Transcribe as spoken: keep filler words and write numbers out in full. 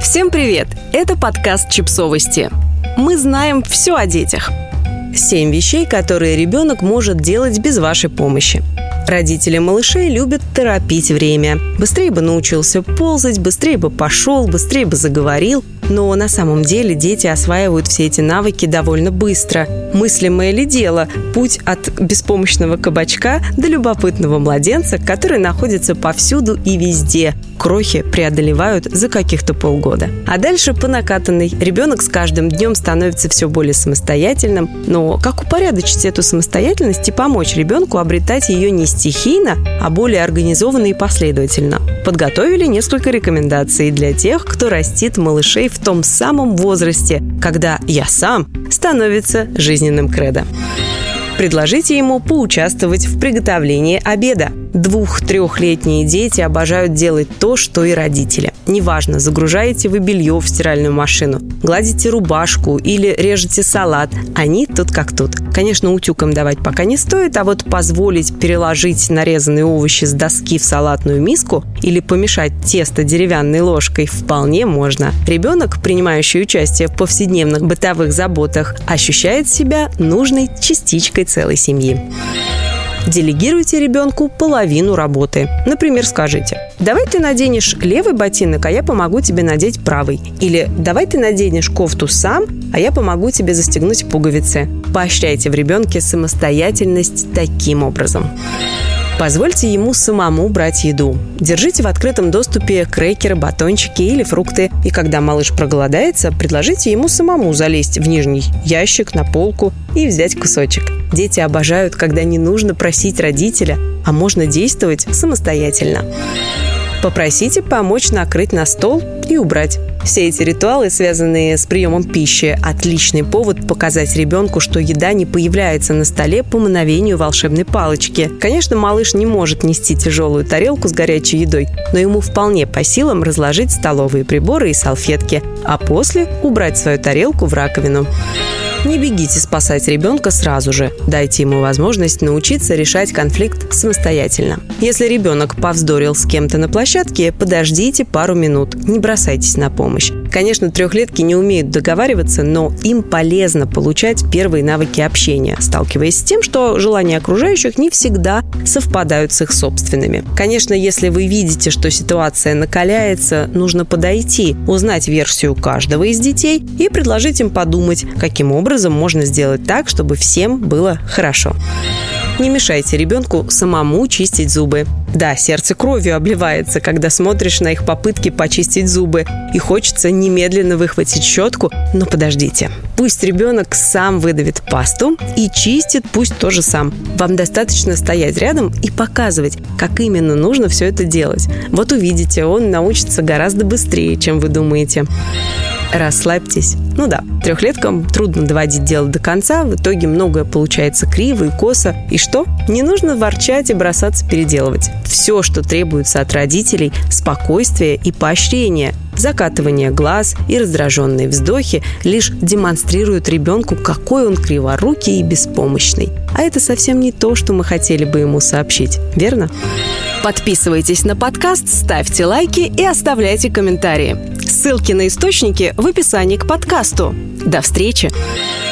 Всем привет! Это подкаст «Чипсовости». Мы знаем все о детях. Семь вещей, которые ребенок может делать без вашей помощи. Родители малышей любят торопить время. Быстрее бы научился ползать, быстрее бы пошел, быстрее бы заговорил. Но на самом деле дети осваивают все эти навыки довольно быстро. Мыслимое ли дело – путь от беспомощного кабачка до любопытного младенца, который находится повсюду и везде. Крохи преодолевают за каких-то полгода. А дальше по накатанной. Ребенок с каждым днем становится все более самостоятельным. Но как упорядочить эту самостоятельность и помочь ребенку обретать ее не стихийно, а более организованно и последовательно? Подготовили несколько рекомендаций для тех, кто растит малышей в том самом возрасте, когда «я сам» становится жизненным кредо. Предложите ему поучаствовать в приготовлении обеда. Двух-трехлетние дети обожают делать то, что и родители. Неважно, загружаете вы белье в стиральную машину, гладите рубашку или режете салат. Они тут как тут. Конечно, утюг им давать пока не стоит, а вот позволить переложить нарезанные овощи с доски в салатную миску или помешать тесто деревянной ложкой вполне можно. Ребенок, принимающий участие в повседневных бытовых заботах, ощущает себя нужной частичкой целой семьи. Делегируйте ребенку половину работы. Например, скажите: «Давай ты наденешь левый ботинок, а я помогу тебе надеть правый». Или «Давай ты наденешь кофту сам, а я помогу тебе застегнуть пуговицы». Поощряйте в ребенке самостоятельность таким образом. Позвольте ему самому брать еду. Держите в открытом доступе крекеры, батончики или фрукты. И когда малыш проголодается, предложите ему самому залезть в нижний ящик, на полку и взять кусочек. Дети обожают, когда не нужно просить родителя, а можно действовать самостоятельно. Попросите помочь накрыть на стол и убрать. Все эти ритуалы, связанные с приемом пищи, отличный повод показать ребенку, что еда не появляется на столе по мановению волшебной палочки. Конечно, малыш не может нести тяжелую тарелку с горячей едой, но ему вполне по силам разложить столовые приборы и салфетки, а после убрать свою тарелку в раковину. Не бегите спасать ребенка сразу же. Дайте ему возможность научиться решать конфликт самостоятельно. Если ребенок повздорил с кем-то на площадке, подождите пару минут, не бросайтесь на помощь. Конечно, трехлетки не умеют договариваться, но им полезно получать первые навыки общения, сталкиваясь с тем, что желания окружающих не всегда совпадают с их собственными. Конечно, если вы видите, что ситуация накаляется, нужно подойти, узнать версию каждого из детей и предложить им подумать, каким образом можно сделать так, чтобы всем было хорошо. Не мешайте ребенку самому чистить зубы. Да, сердце кровью обливается, когда смотришь на их попытки почистить зубы, и хочется немедленно выхватить щетку, но подождите. Пусть ребенок сам выдавит пасту и чистит пусть тоже сам. Вам достаточно стоять рядом и показывать, как именно нужно все это делать. Вот увидите, он научится гораздо быстрее, чем вы думаете. Расслабьтесь. Ну да, трехлеткам трудно доводить дело до конца, в итоге многое получается криво и косо. И что? Не нужно ворчать и бросаться переделывать. Все, что требуется от родителей – спокойствие и поощрение. Закатывание глаз и раздраженные вздохи лишь демонстрируют ребенку, какой он криворукий и беспомощный. А это совсем не то, что мы хотели бы ему сообщить, верно? Подписывайтесь на подкаст, ставьте лайки и оставляйте комментарии. Ссылки на источники в описании к подкасту. До встречи!